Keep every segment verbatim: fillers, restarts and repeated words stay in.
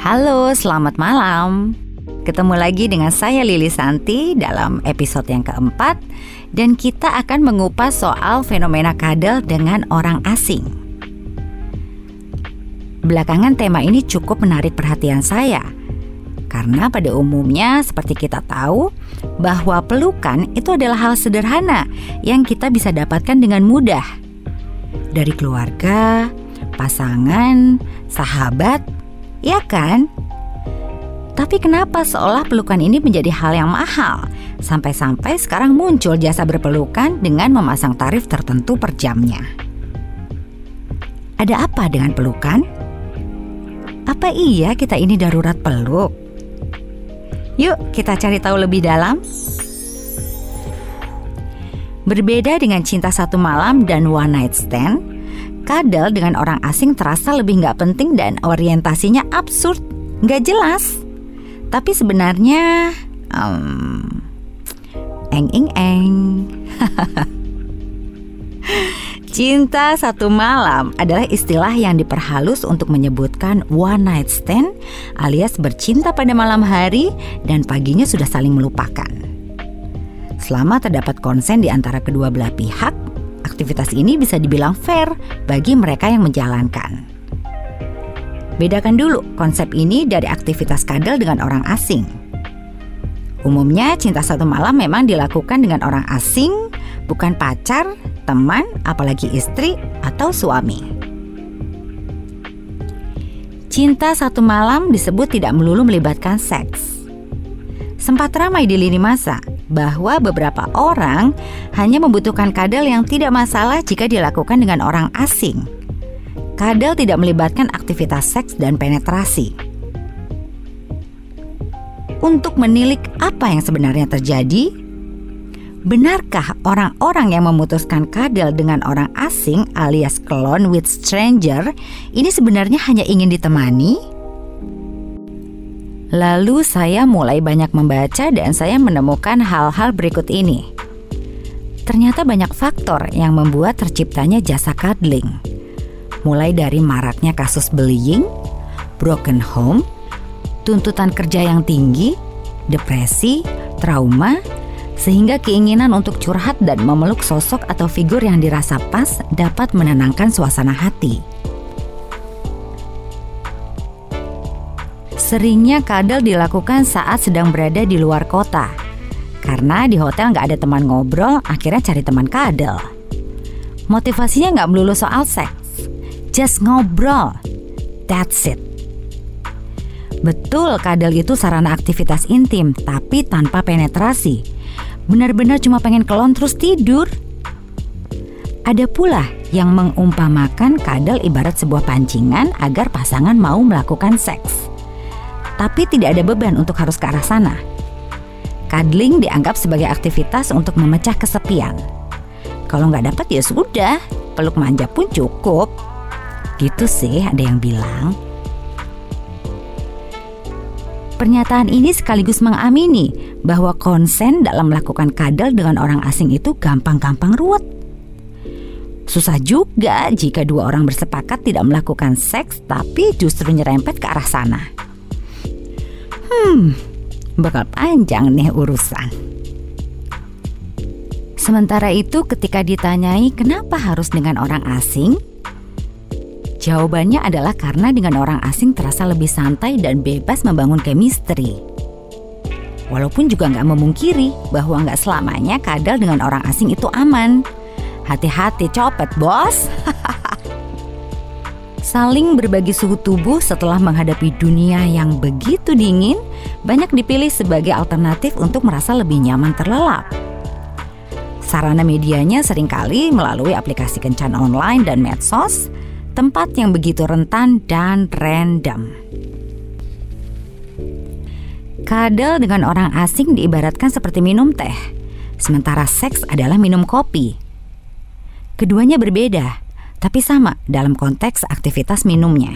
Halo, selamat malam. Ketemu lagi dengan saya Lily Santi dalam episode yang keempat, dan kita akan mengupas soal fenomena kadal dengan orang asing. Belakangan tema ini cukup menarik perhatian saya, karena pada umumnya seperti kita tahu bahwa pelukan itu adalah hal sederhana yang kita bisa dapatkan dengan mudah dari keluarga, pasangan, sahabat, ya kan? Tapi kenapa seolah pelukan ini menjadi hal yang mahal? Sampai-sampai sekarang muncul jasa berpelukan dengan memasang tarif tertentu per jamnya. Ada apa dengan pelukan? Apa iya kita ini darurat peluk? Yuk kita cari tahu lebih dalam. Berbeda dengan cinta satu malam dan one night stand, kadal dengan orang asing terasa lebih gak penting dan orientasinya absurd, gak jelas. Tapi sebenarnya um, eng-eng-eng. Cinta satu malam adalah istilah yang diperhalus untuk menyebutkan one night stand alias bercinta pada malam hari dan paginya sudah saling melupakan. Selama terdapat konsen di antara kedua belah pihak, aktivitas ini bisa dibilang fair bagi mereka yang menjalankan. Bedakan dulu konsep ini dari aktivitas kadal dengan orang asing. Umumnya cinta satu malam memang dilakukan dengan orang asing, bukan pacar, teman, apalagi istri atau suami. Cinta satu malam disebut tidak melulu melibatkan seks. Sempat ramai di lini masa bahwa beberapa orang hanya membutuhkan kadal yang tidak masalah jika dilakukan dengan orang asing. Kadal tidak melibatkan aktivitas seks dan penetrasi. Untuk menilik apa yang sebenarnya terjadi, benarkah orang-orang yang memutuskan kadal dengan orang asing alias clone with stranger ini sebenarnya hanya ingin ditemani? Lalu saya mulai banyak membaca dan saya menemukan hal-hal berikut ini. Ternyata banyak faktor yang membuat terciptanya jasa cuddling. Mulai dari maraknya kasus bullying, broken home, tuntutan kerja yang tinggi, depresi, trauma, sehingga keinginan untuk curhat dan memeluk sosok atau figur yang dirasa pas dapat menenangkan suasana hati. Seringnya kadal dilakukan saat sedang berada di luar kota. Karena di hotel nggak ada teman ngobrol, akhirnya cari teman kadal. Motivasinya nggak melulu soal seks, just ngobrol, that's it. Betul, kadal itu sarana aktivitas intim, tapi tanpa penetrasi. Benar-benar cuma pengen kelon terus tidur. Ada pula yang mengumpamakan kadal ibarat sebuah pancingan agar pasangan mau melakukan seks. Tapi tidak ada beban untuk harus ke arah sana. Cuddling dianggap sebagai aktivitas untuk memecah kesepian. Kalau nggak dapat ya sudah, peluk manja pun cukup. Gitu sih ada yang bilang. Pernyataan ini sekaligus mengamini bahwa konsen dalam melakukan kadal dengan orang asing itu gampang-gampang ruwet. Susah juga jika dua orang bersepakat tidak melakukan seks tapi justru nyerempet ke arah sana. Hmm, bakal panjang nih urusan. Sementara itu ketika ditanyai kenapa harus dengan orang asing, jawabannya adalah karena dengan orang asing terasa lebih santai dan bebas membangun chemistry. Walaupun juga nggak memungkiri bahwa nggak selamanya kadal dengan orang asing itu aman. Hati-hati copet bos. Saling berbagi suhu tubuh setelah menghadapi dunia yang begitu dingin banyak dipilih sebagai alternatif untuk merasa lebih nyaman terlelap. Sarana medianya seringkali melalui aplikasi kencan online dan medsos, tempat yang begitu rentan dan random. Kadal dengan orang asing diibaratkan seperti minum teh, sementara seks adalah minum kopi. Keduanya berbeda, tapi sama dalam konteks aktivitas minumnya.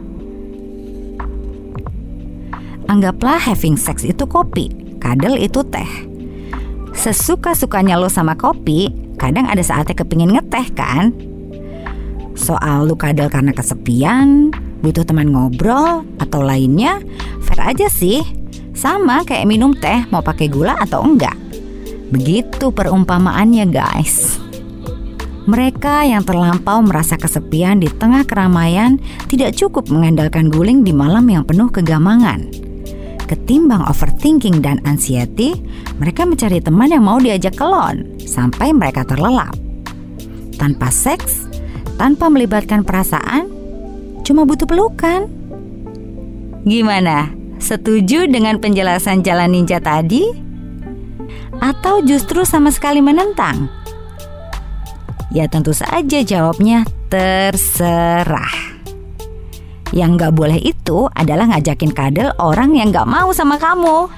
Anggaplah having sex itu kopi, kadal itu teh. Sesuka-sukanya lo sama kopi, kadang ada saatnya kepingin ngeteh kan? Soal lu kadal karena kesepian, butuh teman ngobrol atau lainnya, fair aja sih. Sama kayak minum teh, mau pakai gula atau enggak. Begitu perumpamaannya guys. Mereka yang terlampau merasa kesepian di tengah keramaian tidak cukup mengandalkan guling di malam yang penuh kegamangan. Ketimbang overthinking dan anxiety, mereka mencari teman yang mau diajak kelon sampai mereka terlelap. Tanpa seks, tanpa melibatkan perasaan, cuma butuh pelukan. Gimana? Setuju dengan penjelasan jalan ninja tadi? Atau justru sama sekali menentang? Ya tentu saja jawabnya terserah. Yang gak boleh itu adalah ngajakin kadel orang yang gak mau sama kamu.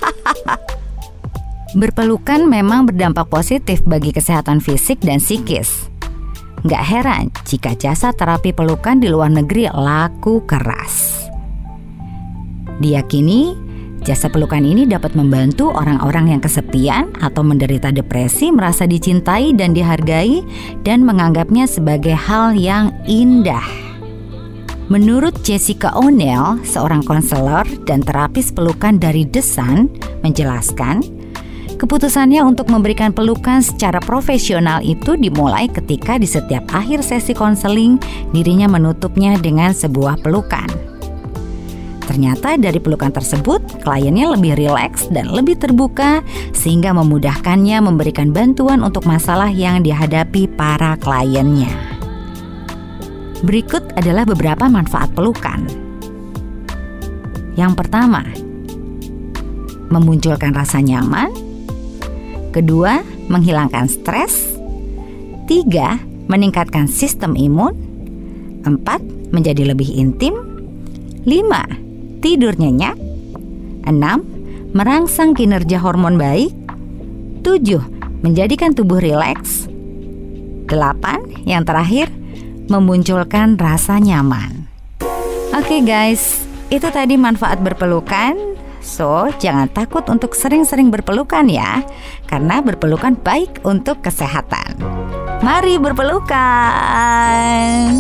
Berpelukan memang berdampak positif bagi kesehatan fisik dan psikis. Gak heran jika jasa terapi pelukan di luar negeri laku keras. Diyakini, jasa pelukan ini dapat membantu orang-orang yang kesepian atau menderita depresi merasa dicintai dan dihargai dan menganggapnya sebagai hal yang indah. Menurut Jessica O'Neill, seorang konselor dan terapis pelukan dari The Sun, menjelaskan, keputusannya untuk memberikan pelukan secara profesional itu dimulai ketika di setiap akhir sesi konseling dirinya menutupnya dengan sebuah pelukan. Ternyata dari pelukan tersebut, kliennya lebih rileks dan lebih terbuka sehingga memudahkannya memberikan bantuan untuk masalah yang dihadapi para kliennya. Berikut adalah beberapa manfaat pelukan. Yang pertama, memunculkan rasa nyaman. Kedua, menghilangkan stres. Tiga, meningkatkan sistem imun. Empat, menjadi lebih intim. Lima, tidur nyenyak. Enam, merangsang kinerja hormon baik. Tujuh, menjadikan tubuh rileks. Delapan, yang terakhir, memunculkan rasa nyaman. Oke guys, itu tadi manfaat berpelukan. So, jangan takut untuk sering-sering berpelukan ya, karena berpelukan baik untuk kesehatan. Mari berpelukan.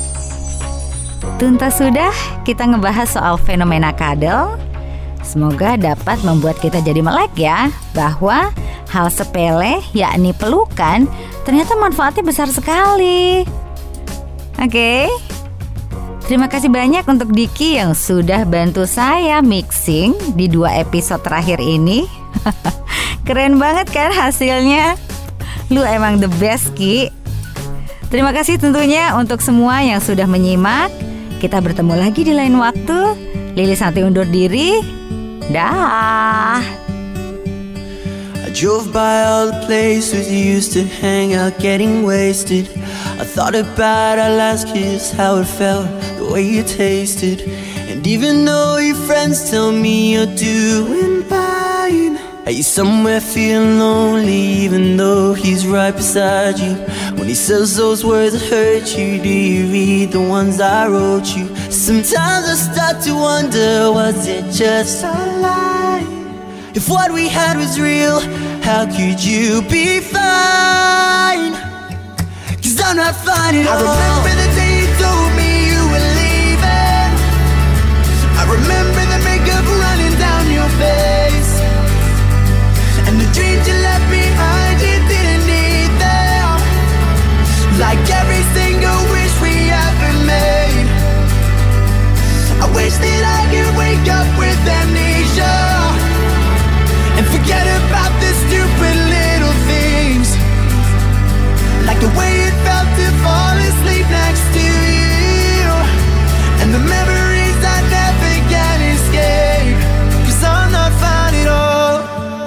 Tuntas sudah kita ngebahas soal fenomena kadel. Semoga dapat membuat kita jadi melek ya, bahwa hal sepele yakni pelukan ternyata manfaatnya besar sekali. Oke, terima kasih banyak untuk Diki yang sudah bantu saya mixing di dua episode terakhir ini. Keren banget kan hasilnya? Lu emang the best, Ki. Terima kasih tentunya untuk semua yang sudah menyimak. Kita bertemu lagi di lain waktu. Lili Santi undur diri. Dah. I drove by all the places you used to hang out getting wasted. I thought about our last kiss, how it felt, the way you tasted. And even though your friends tell me you're doing fine, are you somewhere feeling lonely even though he's right beside you? When he says those words that hurt you, do you read the ones I wrote you? Sometimes I start to wonder, was it just a lie? If what we had was real, how could you be fine? Cause I'm not fine at all. I remember the day you told me you were leaving. I remember the makeup running down your face, and the dreams you left behind you didn't need them. Like every single wish we ever made. I wish that I could wake up with amnesia and forget about the stupid little things. Like the way it felt to fall asleep next to you, and the memories I never can escape. Cause I'm not fine at all.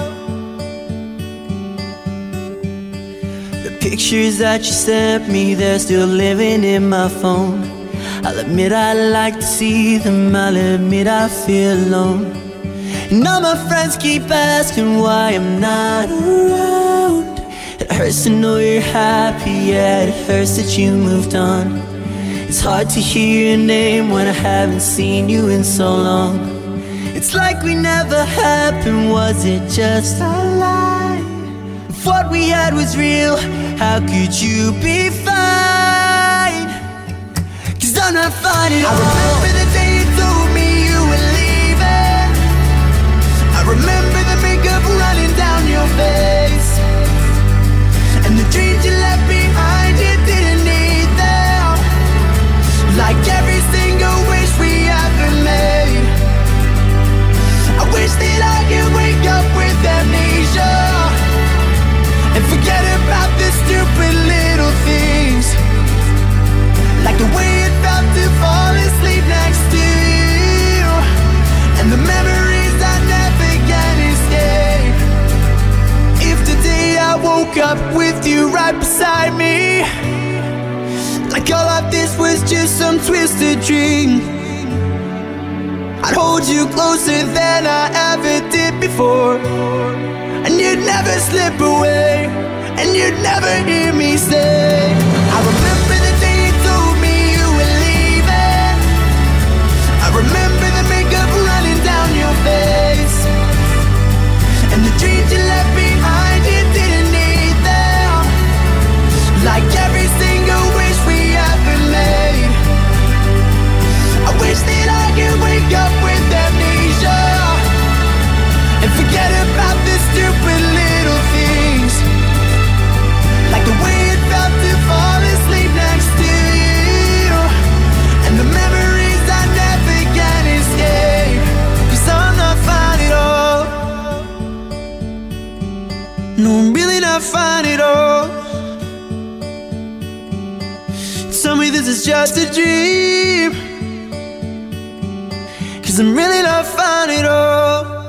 The pictures that you sent me, they're still living in my phone. I'll admit I like to see them, I'll admit I feel alone. And all my friends keep asking why I'm not around. It hurts to know you're happy, yeah, it hurts that you moved on. It's hard to hear your name when I haven't seen you in so long. It's like we never happened, was it just a lie? If what we had was real, how could you be fine? Cause I'm I'm not fine at all. I remember the day you told me you were leaving. I remember the makeup running down your face, and the dreams you left behind, you didn't need them. Like every single wish we ever made. I wish that I could wake up with amnesia and forget about the stupid little things. Like the way it felt to fall asleep next to you, and the memories I never can escape. If today I woke up with you right beside me, like all of this was just some twisted dream, I'd hold you closer than I ever did before, and you'd never slip away, and you'd never hear me say, I remember the day you told me you were leaving. I remember the makeup running down your face, and the dreams you left behind, you didn't need them. Like every single wish we ever made. I wish that I could wake up with amnesia and forget about the stupid little things. Like the way it felt to fall asleep next to you, and the memories I never can escape. Cause I'm not fine at all. No, I'm really not fine at all. Tell me this is just a dream, cause I'm really not fine at all.